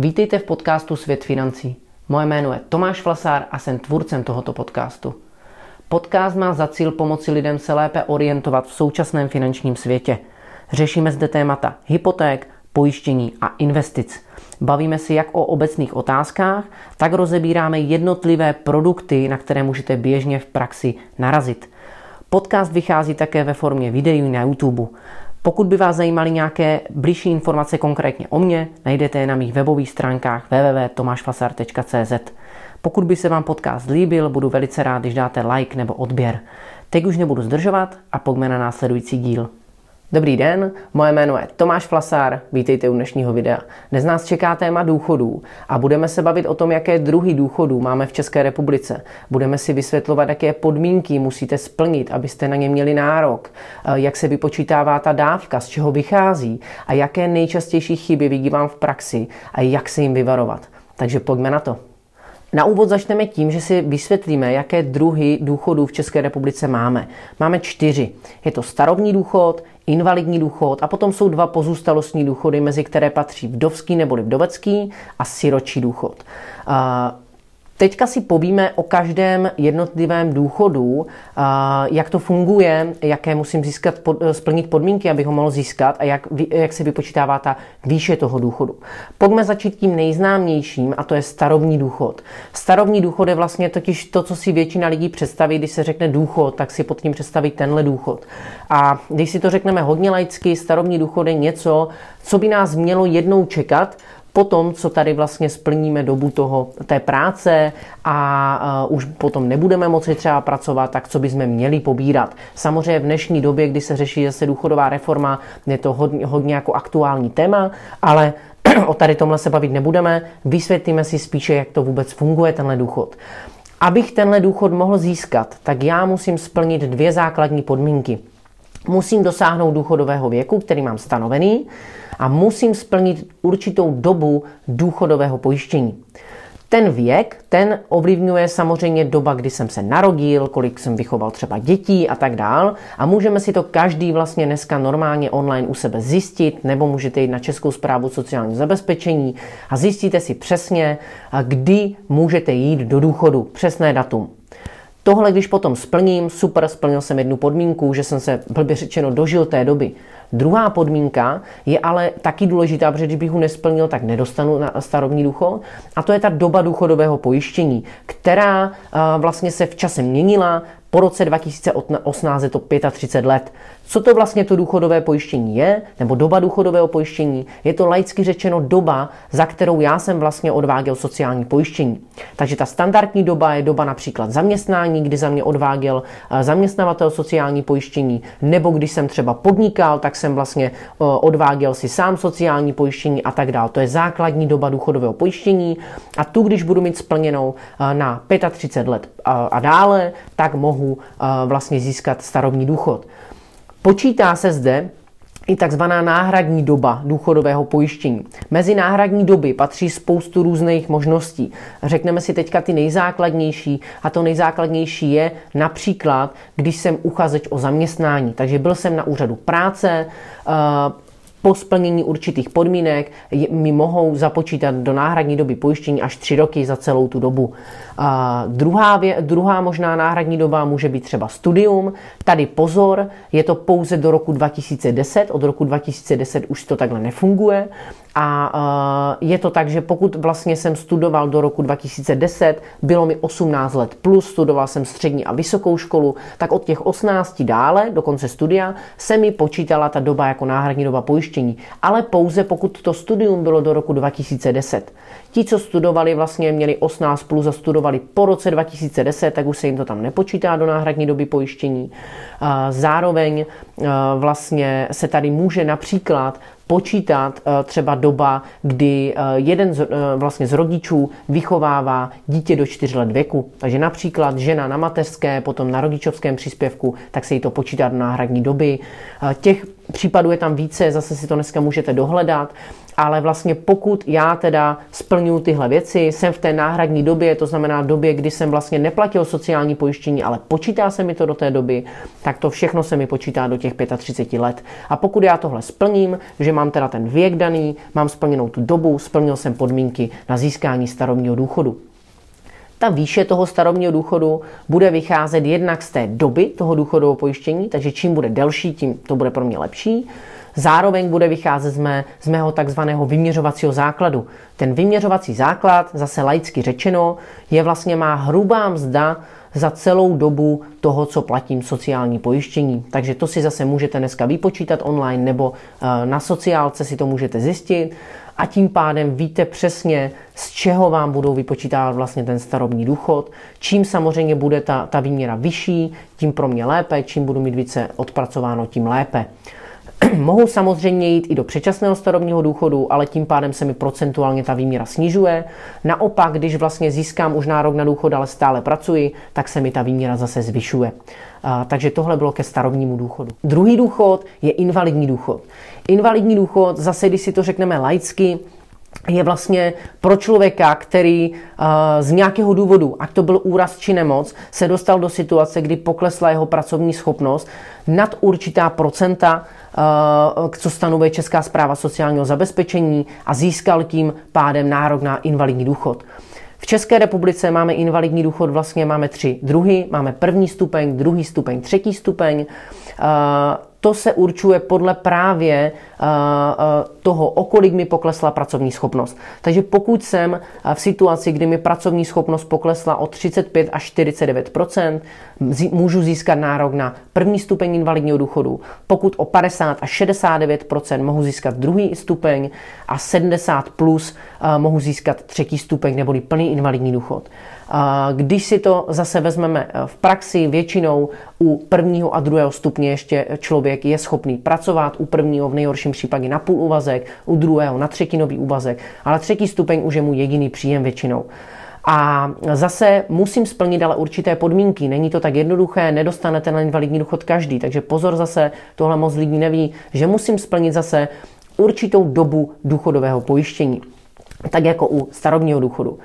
Vítejte v podcastu Svět financí. Moje jméno je Tomáš Vlasár a jsem tvůrcem tohoto podcastu. Podcast má za cíl pomoci lidem se lépe orientovat v současném finančním světě. Řešíme zde témata hypoték, pojištění a investic. Bavíme si jak o obecných otázkách, tak rozebíráme jednotlivé produkty, na které můžete běžně v praxi narazit. Podcast vychází také ve formě videí na YouTube. Pokud by vás zajímaly nějaké bližší informace konkrétně o mně, najdete je na mých webových stránkách www.tomašvlasar.cz. Pokud by se vám podcast líbil, budu velice rád, když dáte like nebo odběr. Teď už nebudu zdržovat a pojďme na následující díl. Dobrý den, moje jméno je Tomáš Vlasár, vítejte u dnešního videa. Dnes nás čeká téma důchodů a budeme se bavit o tom, jaké druhy důchodů máme v České republice. Budeme si vysvětlovat, jaké podmínky musíte splnit, abyste na ně měli nárok, jak se vypočítává ta dávka, z čeho vychází a jaké nejčastější chyby vidím v praxi a jak se jim vyvarovat. Takže pojďme na to. Na úvod začneme tím, že si vysvětlíme, jaké druhy důchodů v České republice máme. Máme 4. Je to starobní důchod, invalidní důchod a potom jsou 2 pozůstalostní důchody, mezi které patří vdovský neboli vdovecký a sirotčí důchod. Teďka si povíme o každém jednotlivém důchodu, jak to funguje, jaké musím splnit podmínky, abych ho mohl získat a jak se vypočítává ta výše toho důchodu. Pojďme začít tím nejznámějším a to je starobní důchod. Starobní důchod je vlastně totiž to, co si většina lidí představí, když se řekne důchod, tak si pod tím představí tenhle důchod. A když si to řekneme hodně laicky, starobní důchod je něco, co by nás mělo jednou čekat, potom, co tady vlastně splníme dobu té práce a už potom nebudeme moci třeba pracovat, tak co bychom měli pobírat. Samozřejmě v dnešní době, kdy se řeší zase důchodová reforma, je to hodně jako aktuální téma, ale o tady tomhle se bavit nebudeme, vysvětlíme si spíše, jak to vůbec funguje tenhle důchod. Abych tenhle důchod mohl získat, tak já musím splnit 2 základní podmínky. Musím dosáhnout důchodového věku, který mám stanovený, a musím splnit určitou dobu důchodového pojištění. Ten věk, ten ovlivňuje samozřejmě doba, kdy jsem se narodil, kolik jsem vychoval třeba dětí a tak dál. A můžeme si to každý vlastně dneska normálně online u sebe zjistit, nebo můžete jít na Českou správu sociálního zabezpečení a zjistíte si přesně, kdy můžete jít do důchodu, přesné datum. Tohle, když potom splním, super, splnil jsem jednu podmínku, že jsem se blbě řečeno dožil té doby. Druhá podmínka je ale taky důležitá, protože když bych ho nesplnil, tak nedostanu na starobní důchod. A to je ta doba důchodového pojištění, která vlastně se v čase měnila. Po roce 2018 je to 35 let. Co to vlastně to důchodové pojištění je, nebo doba důchodového pojištění? Je to laicky řečeno doba, za kterou já jsem vlastně odváděl sociální pojištění. Takže ta standardní doba je doba například zaměstnání, kdy za mě odváděl zaměstnavatel sociální pojištění, nebo když jsem třeba podnikal, tak jsem vlastně odváděl si sám sociální pojištění a tak dále. To je základní doba důchodového pojištění a tu, když budu mít splněnou na 35 let a dále, tak mohu vlastně získat starobní důchod. Počítá se zde i takzvaná náhradní doba důchodového pojištění. Mezi náhradní doby patří spoustu různých možností. Řekneme si teďka ty nejzákladnější a to nejzákladnější je například, když jsem uchazeč o zaměstnání. Takže byl jsem na úřadu práce, po splnění určitých podmínek mi mohou započítat do náhradní doby pojištění až 3 roky za celou tu dobu. Druhá možná náhradní doba může být třeba studium. Tady pozor, je to pouze do roku 2010. Od roku 2010 už to takhle nefunguje. A je to tak, že pokud vlastně jsem studoval do roku 2010, bylo mi 18 let plus, studoval jsem střední a vysokou školu, tak od těch 18 dále, do konce studia, se mi počítala ta doba jako náhradní doba pojištění. Ale pouze pokud to studium bylo do roku 2010. Ti, co studovali, vlastně měli 18 plus a studovali po roce 2010, tak už se jim to tam nepočítá do náhradní doby pojištění. Zároveň vlastně se tady může například počítat třeba doba, kdy jeden z rodičů vychovává dítě do 4 let věku. Takže například žena na mateřské, potom na rodičovském příspěvku, tak se jí to počítá do náhradní doby. Těch případů je tam více, zase si to dneska můžete dohledat. ale vlastně pokud já teda splňuji tyhle věci, jsem v té náhradní době, to znamená době, kdy jsem vlastně neplatil sociální pojištění, ale počítá se mi to do té doby, tak to všechno se mi počítá do těch 35 let. A pokud já tohle splním, že mám teda ten věk daný, mám splněnou tu dobu, splnil jsem podmínky na získání starobního důchodu. Ta výše toho starobního důchodu bude vycházet jednak z té doby toho důchodového pojištění, takže čím bude delší, tím to bude pro mě lepší. Zároveň bude vycházet z mého takzvaného vyměřovacího základu. Ten vyměřovací základ, zase laicky řečeno, je vlastně má hrubá mzda za celou dobu toho, co platím sociální pojištění. Takže to si zase můžete dneska vypočítat online nebo na sociálce si to můžete zjistit a tím pádem víte přesně, z čeho vám budou vypočítávat vlastně ten starobní důchod. Čím samozřejmě bude ta výměra vyšší, tím pro mě lépe, čím budu mít více odpracováno, tím lépe. Mohou samozřejmě jít i do předčasného starobního důchodu, ale tím pádem se mi procentuálně ta výměra snižuje. Naopak, když vlastně získám už nárok na důchod, ale stále pracuji, tak se mi ta výměra zase zvyšuje. Takže tohle bylo ke starobnímu důchodu. Druhý důchod je invalidní důchod. Invalidní důchod, zase když si to řekneme laicky, je vlastně pro člověka, který z nějakého důvodu, ať to byl úraz či nemoc, se dostal do situace, kdy poklesla jeho pracovní schopnost nad určitá procenta, co stanovuje Česká správa sociálního zabezpečení a získal tím pádem nárok na invalidní důchod. V České republice máme invalidní důchod, vlastně máme 3 druhy, máme první stupeň, druhý stupeň, třetí stupeň. To se určuje podle právě toho, o kolik mi poklesla pracovní schopnost. Takže pokud jsem v situaci, kdy mi pracovní schopnost poklesla o 35 až 49%, můžu získat nárok na první stupeň invalidního důchodu. Pokud o 50 až 69%, mohu získat druhý stupeň a 70+ mohu získat třetí stupeň neboli plný invalidní důchod. Když si to zase vezmeme v praxi, většinou u prvního a druhého stupně ještě člověk je schopný pracovat, u prvního v nejhorším případě na půl úvazek, u druhého na třetinový úvazek, ale třetí stupeň už je mu jediný příjem většinou. A zase musím splnit ale určité podmínky. Není to tak jednoduché, nedostane ten invalidní důchod každý, takže pozor zase, tohle moc lidí neví, že musím splnit zase určitou dobu důchodového pojištění. Tak jako u starobního důchodu.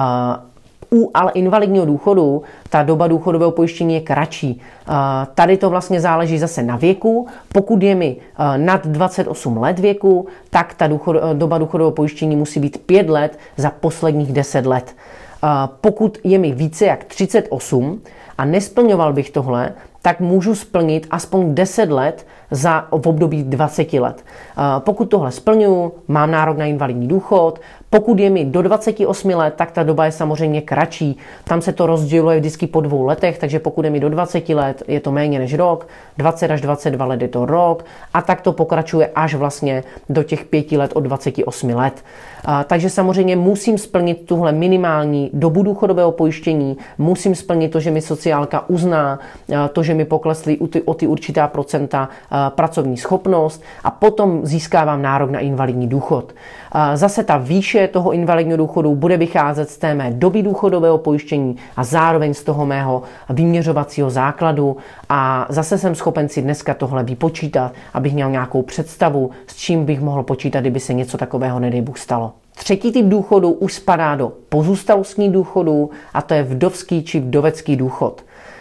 U ale invalidního důchodu ta doba důchodového pojištění je kratší. Tady to vlastně záleží zase na věku. Pokud je mi nad 28 let věku, tak ta doba důchodového pojištění musí být 5 let za posledních 10 let. Pokud je mi více jak 38 a nesplňoval bych tohle, tak můžu splnit aspoň 10 let v období 20 let. Pokud tohle splňuji, mám nárok na invalidní důchod. Pokud je mi do 28 let, tak ta doba je samozřejmě kratší. Tam se to rozděluje vždycky po 2 letech, takže pokud je mi do 20 let, je to méně než rok, 20 až 22 let je to rok a tak to pokračuje až vlastně do těch 5 let od 28 let. Takže samozřejmě musím splnit tuhle minimální dobu důchodového pojištění, musím splnit to, že mi sociálka uzná to, že mi poklesly o ty určitá procenta pracovní schopnost a potom získávám nárok na invalidní důchod. Zase ta výše toho invalidního důchodu bude vycházet z té mé doby důchodového pojištění a zároveň z toho mého vyměřovacího základu a zase jsem schopen si dneska tohle vypočítat, abych měl nějakou představu, s čím bych mohl počítat, kdyby se něco takového nedej Bůh stalo. Třetí typ důchodu už spadá do pozůstalostních důchodů a to je vdovský či vdovecký důchod.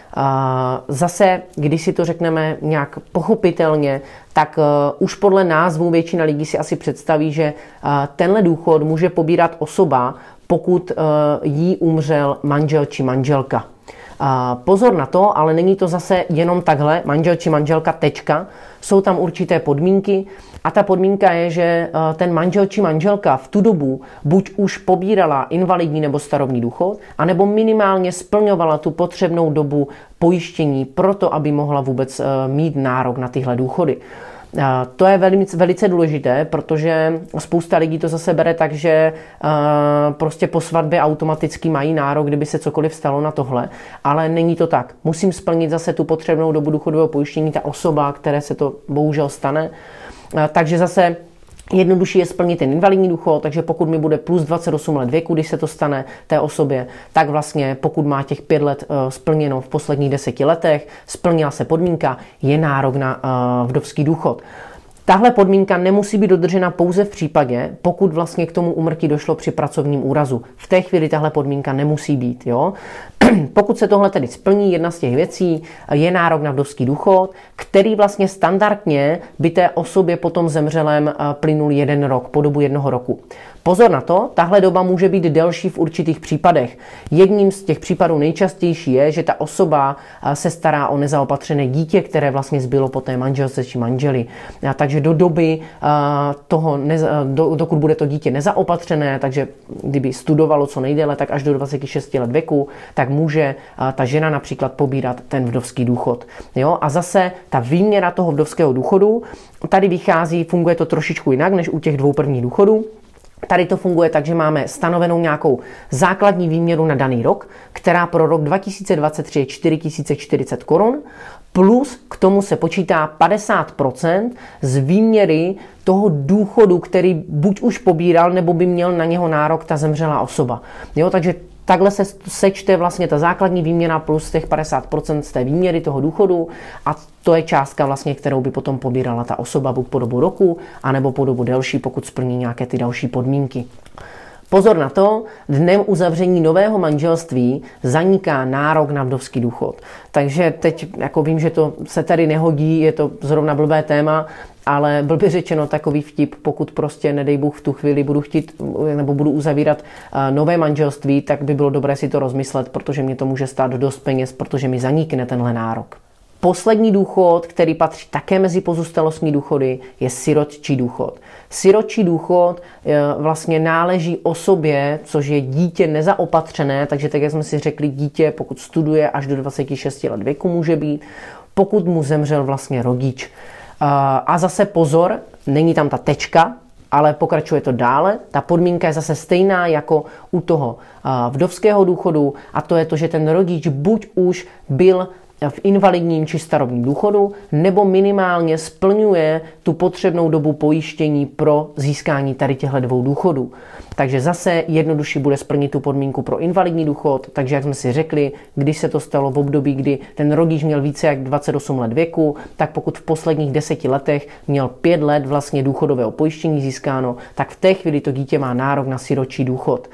Zase, když si to řekneme nějak pochopitelně, tak už podle názvu většina lidí si asi představí, že tenhle důchod může pobírat osoba, pokud jí umřel manžel či manželka. Pozor na to, ale není to zase jenom takhle, manžel či manželka, tečka. Jsou tam určité podmínky a ta podmínka je, že ten manžel či manželka v tu dobu buď už pobírala invalidní nebo starobní důchod, anebo minimálně splňovala tu potřebnou dobu pojištění proto, aby mohla vůbec mít nárok na tyhle důchody. To je velice důležité, protože spousta lidí to zase bere tak, že prostě po svatbě automaticky mají nárok, kdyby se cokoliv stalo na tohle, ale není to tak. Musím splnit zase tu potřebnou dobu důchodového pojištění, ta osoba, které se to bohužel stane. Takže zase jednodušší je splnit ten invalidní důchod, takže pokud mi bude plus 28 let věku, když se to stane té osobě, tak vlastně pokud má těch 5 let splněno v posledních 10 letech, splnila se podmínka, je nárok na vdovský důchod. Tahle podmínka nemusí být dodržena pouze v případě, pokud vlastně k tomu úmrtí došlo při pracovním úrazu. V té chvíli tahle podmínka nemusí být. Jo? Pokud se tohle tedy splní, jedna z těch věcí je nárok na vdovský důchod, který vlastně standardně by té osobě potom zemřelém plynul 1 rok, po dobu 1 roku. Pozor na to, tahle doba může být delší v určitých případech. Jedním z těch případů nejčastější je, že ta osoba se stará o nezaopatřené dítě, které vlastně zbylo po té manželce či manželi. Takže do doby dokud bude to dítě nezaopatřené, takže kdyby studovalo co nejdéle, tak až do 26 let věku, tak může ta žena například pobírat ten vdovský důchod. Jo? A zase ta výměra toho vdovského důchodu, tady vychází, funguje to trošičku jinak než u těch 2 prvních důchodů. Tady to funguje tak, že máme stanovenou nějakou základní výměru na daný rok, která pro rok 2023 je 4040 korun, plus k tomu se počítá 50% z výměry toho důchodu, který buď už pobíral, nebo by měl na něho nárok ta zemřelá osoba. Jo, takže takhle se sečte vlastně ta základní výměra plus těch 50% z té výměry toho důchodu a to je částka vlastně, kterou by potom pobírala ta osoba buď po dobu roku, anebo po dobu delší, pokud splní nějaké ty další podmínky. Pozor na to, dnem uzavření nového manželství zaniká nárok na vdovský důchod. Takže teď jako vím, že to se tady nehodí, je to zrovna blbé téma, ale byl by řečeno takový vtip, pokud prostě, nedej Bůh, v tu chvíli budu chtít nebo budu uzavírat nové manželství, tak by bylo dobré si to rozmyslet, protože mě to může stát dost peněz, protože mi zanikne tenhle nárok. Poslední důchod, který patří také mezi pozůstalostní důchody, je sirotčí důchod. Sirotčí důchod vlastně náleží osobě, což je dítě nezaopatřené, takže tak, jak jsme si řekli, dítě, pokud studuje až do 26 let věku může být, pokud mu zemřel vlastně rodič. A zase pozor, není tam ta tečka, ale pokračuje to dále. Ta podmínka je zase stejná jako u toho vdovského důchodu a to je to, že ten rodič buď už byl v invalidním či starobním důchodu, nebo minimálně splňuje tu potřebnou dobu pojištění pro získání tady těchto 2 důchodů. Takže zase jednodušší bude splnit tu podmínku pro invalidní důchod, takže jak jsme si řekli, když se to stalo v období, kdy ten rodič měl více jak 28 let věku, tak pokud v posledních 10 letech měl 5 let vlastně důchodového pojištění získáno, tak v té chvíli to dítě má nárok na sirotčí důchod.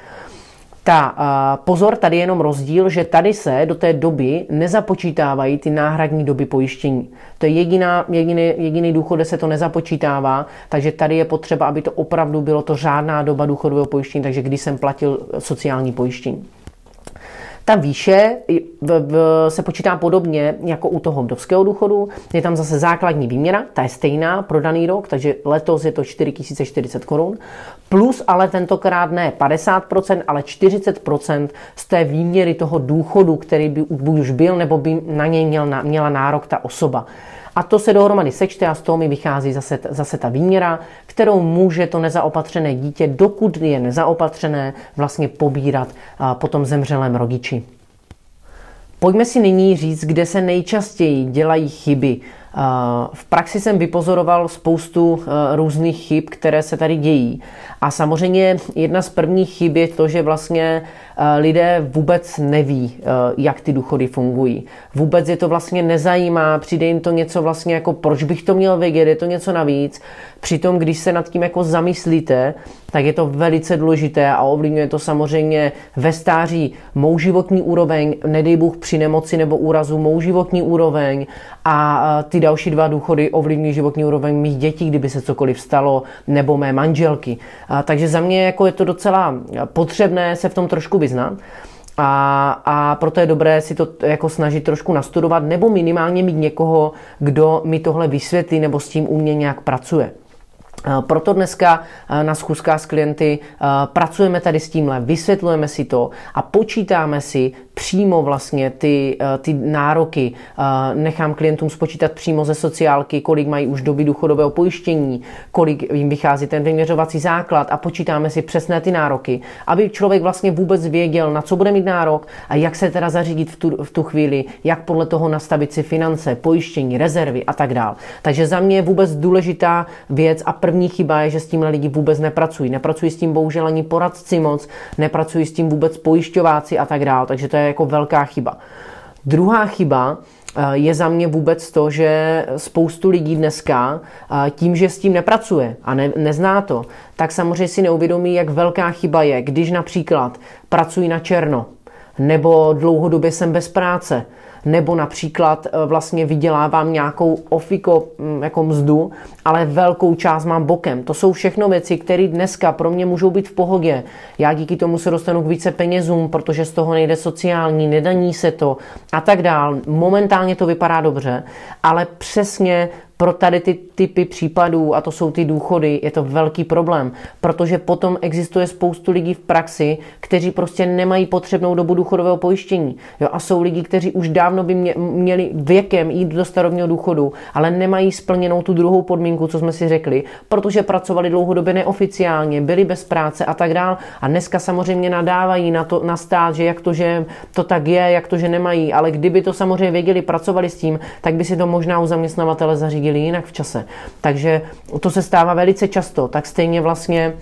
Pozor, tady je jenom rozdíl, že tady se do té doby nezapočítávají ty náhradní doby pojištění. To je jediný důchod, kde se to nezapočítává, takže tady je potřeba, aby to opravdu bylo to řádná doba důchodového pojištění, takže když jsem platil sociální pojištění. Ta výše se počítá podobně jako u toho vdovského důchodu. Je tam zase základní výměra, ta je stejná pro daný rok, takže letos je to 4040 korun. Plus ale tentokrát ne 50%, ale 40% z té výměry toho důchodu, který by buď už byl, nebo by na něj měla nárok ta osoba. A to se dohromady sečte a z toho mi vychází zase ta výměra, kterou může to nezaopatřené dítě, dokud je nezaopatřené, vlastně pobírat po tom zemřelém rodiči. Pojďme si nyní říct, kde se nejčastěji dělají chyby. V praxi jsem vypozoroval spoustu různých chyb, které se tady dějí. A samozřejmě jedna z prvních chyb je to, že vlastně lidé vůbec neví, jak ty důchody fungují. Vůbec je to vlastně nezajímá, přijde jim to něco vlastně jako proč bych to měl vědět, je to něco navíc. Přitom, když se nad tím jako zamyslíte, tak je to velice důležité a ovlivňuje to samozřejmě ve stáří mou životní úroveň, nedej Bůh při nemoci nebo úrazu mou životní úroveň a ty další 2 důchody ovlivňují životní úroveň mých dětí, kdyby se cokoliv stalo, nebo mé manželky. Takže za mě jako je to docela potřebné se v tom trošku vyznat. A proto je dobré si to jako snažit trošku nastudovat nebo minimálně mít někoho, kdo mi tohle vysvětlí nebo s tím u mě nějak pracuje. Proto dneska na schůzkách s klienty pracujeme tady s tímhle, vysvětlujeme si to a počítáme si přímo vlastně ty nároky. Nechám klientům spočítat přímo ze sociálky, kolik mají už doby důchodového pojištění, kolik jim vychází ten vyměřovací základ a počítáme si přesné ty nároky, aby člověk vlastně vůbec věděl, na co bude mít nárok a jak se teda zařídit v tu chvíli, jak podle toho nastavit si finance, pojištění, rezervy a tak dál. Takže za mě je vůbec důležitá věc a první chyba je, že s tímhle lidi vůbec nepracují. Nepracují s tím bohužel ani poradci moc, nepracují s tím vůbec pojišťováci a tak dál. Takže to je jako velká chyba. Druhá chyba je za mě vůbec to, že spoustu lidí dneska tím, že s tím nepracuje a nezná to, tak samozřejmě si neuvědomí, jak velká chyba je, když například pracuji na černo, nebo dlouhodobě jsem bez práce, nebo například vlastně vydělávám nějakou ofiko jako mzdu, ale velkou část mám bokem. To jsou všechno věci, které dneska pro mě můžou být v pohodě. Já díky tomu se dostanu k více penězům, protože z toho nejde sociální, nedaní se to a tak dál. Momentálně to vypadá dobře, ale přesně pro tady ty typy případů, a to jsou ty důchody, je to velký problém, protože potom existuje spoustu lidí v praxi, kteří prostě nemají potřebnou dobu důchodového pojištění. Jo, a jsou lidi, kteří už dávno by měli věkem jít do starobního důchodu, ale nemají splněnou tu druhou podmínku, co jsme si řekli, protože pracovali dlouhodobě neoficiálně, byli bez práce a tak dál. A dneska samozřejmě nadávají na stát, že jak to, že to tak je, jak to, že nemají, ale kdyby to samozřejmě věděli, pracovali s tím, tak by si to možná u zaměstnavatele zařídili jinak v čase. Takže to se stává velice často. Tak stejně vlastně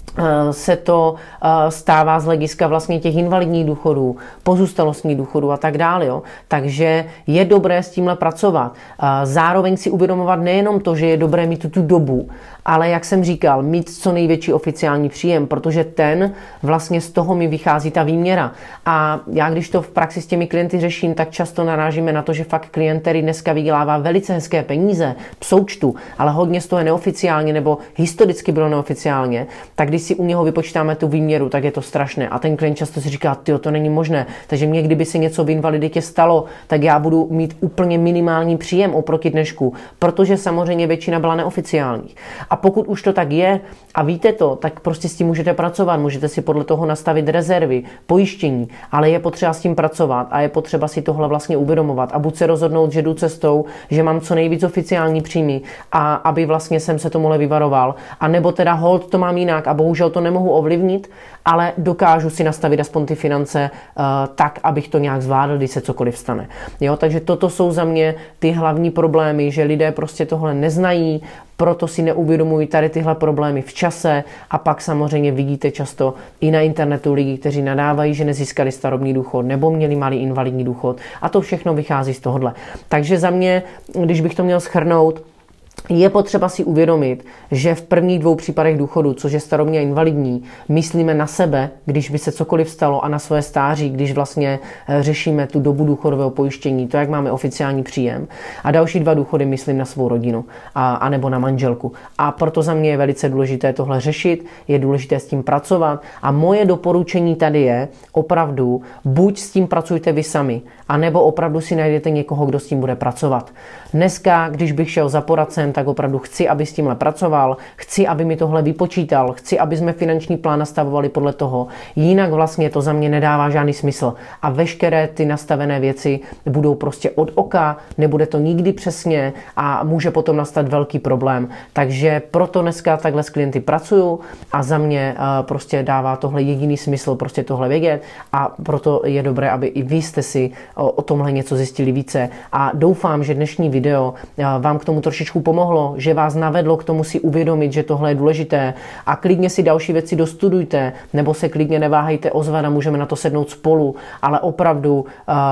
se to stává z hlediska vlastně těch invalidních důchodů, pozůstalostních důchodů a tak dále. Jo. Takže je dobré s tímhle pracovat. Zároveň si uvědomovat nejenom to, že je dobré mít tu dobu, ale jak jsem říkal, mít co největší oficiální příjem, protože ten vlastně z toho mi vychází ta výměra. A já když to v praxi s těmi klienty řeším, tak často narážíme na to, že fakt klient, který dneska vydělává velice hezké peníze v součtu, ale hodně z toho je neoficiálně nebo historicky bylo neoficiálně, tak když si u něho vypočítáme tu výměru, tak je to strašné. A ten klient často si říká, tyjo, to není možné. Takže mě, kdyby se něco v invaliditě stalo, tak já budu mít úplně minimální příjem oproti dnešku, protože samozřejmě většina byla neoficiálních. A pokud už to tak je a víte to, tak prostě s tím můžete pracovat, můžete si podle toho nastavit rezervy, pojištění, ale je potřeba s tím pracovat a je potřeba si tohle vlastně uvědomovat a buď se rozhodnout, že jdu cestou, že mám co nejvíc oficiální příjmy a aby vlastně jsem se tomuhle vyvaroval, a nebo teda hold to mám jinak a bohužel to nemohu ovlivnit, ale dokážu si nastavit aspoň ty finance tak, abych to nějak zvládl, když se cokoliv stane. Jo, takže toto jsou za mě ty hlavní problémy, že lidé prostě tohle neznají, proto si neuvědomují tady tyhle problémy v čase a pak samozřejmě vidíte často i na internetu lidi, kteří nadávají, že nezískali starobní důchod nebo měli malý invalidní důchod a to všechno vychází z tohohle. Takže za mě, když bych to měl shrnout, je potřeba si uvědomit, že v prvních 2 případech důchodu, což je starobní a invalidní, myslíme na sebe, když by se cokoliv stalo, a na svoje stáří, když vlastně řešíme tu dobu důchodového pojištění, to, jak máme oficiální příjem. A další 2 důchody myslím na svou rodinu a nebo na manželku. A proto za mě je velice důležité tohle řešit, je důležité s tím pracovat. A moje doporučení tady je opravdu, buď s tím pracujte vy sami, anebo opravdu si najdete někoho, kdo s tím bude pracovat. Dneska, když bych šel za poradcem, tak opravdu chci, aby s tímhle pracoval, chci, aby mi tohle vypočítal, chci, aby jsme finanční plán nastavovali podle toho. Jinak vlastně to za mě nedává žádný smysl. A veškeré ty nastavené věci budou prostě od oka, nebude to nikdy přesně a může potom nastat velký problém. Takže proto dneska takhle s klienty pracuju a za mě prostě dává tohle jediný smysl prostě tohle vědět a proto je dobré, aby i vy jste si o tomhle něco zjistili více. A doufám, že dnešní video vám k tomu trošičku pomohlo, že vás navedlo k tomu si uvědomit, že tohle je důležité a klidně si další věci dostudujte, nebo se klidně neváhejte ozvat a můžeme na to sednout spolu, ale opravdu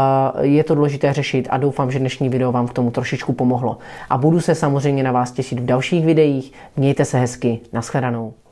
je to důležité řešit a doufám, že dnešní video vám k tomu trošičku pomohlo. A budu se samozřejmě na vás těšit v dalších videích. Mějte se hezky, nashledanou.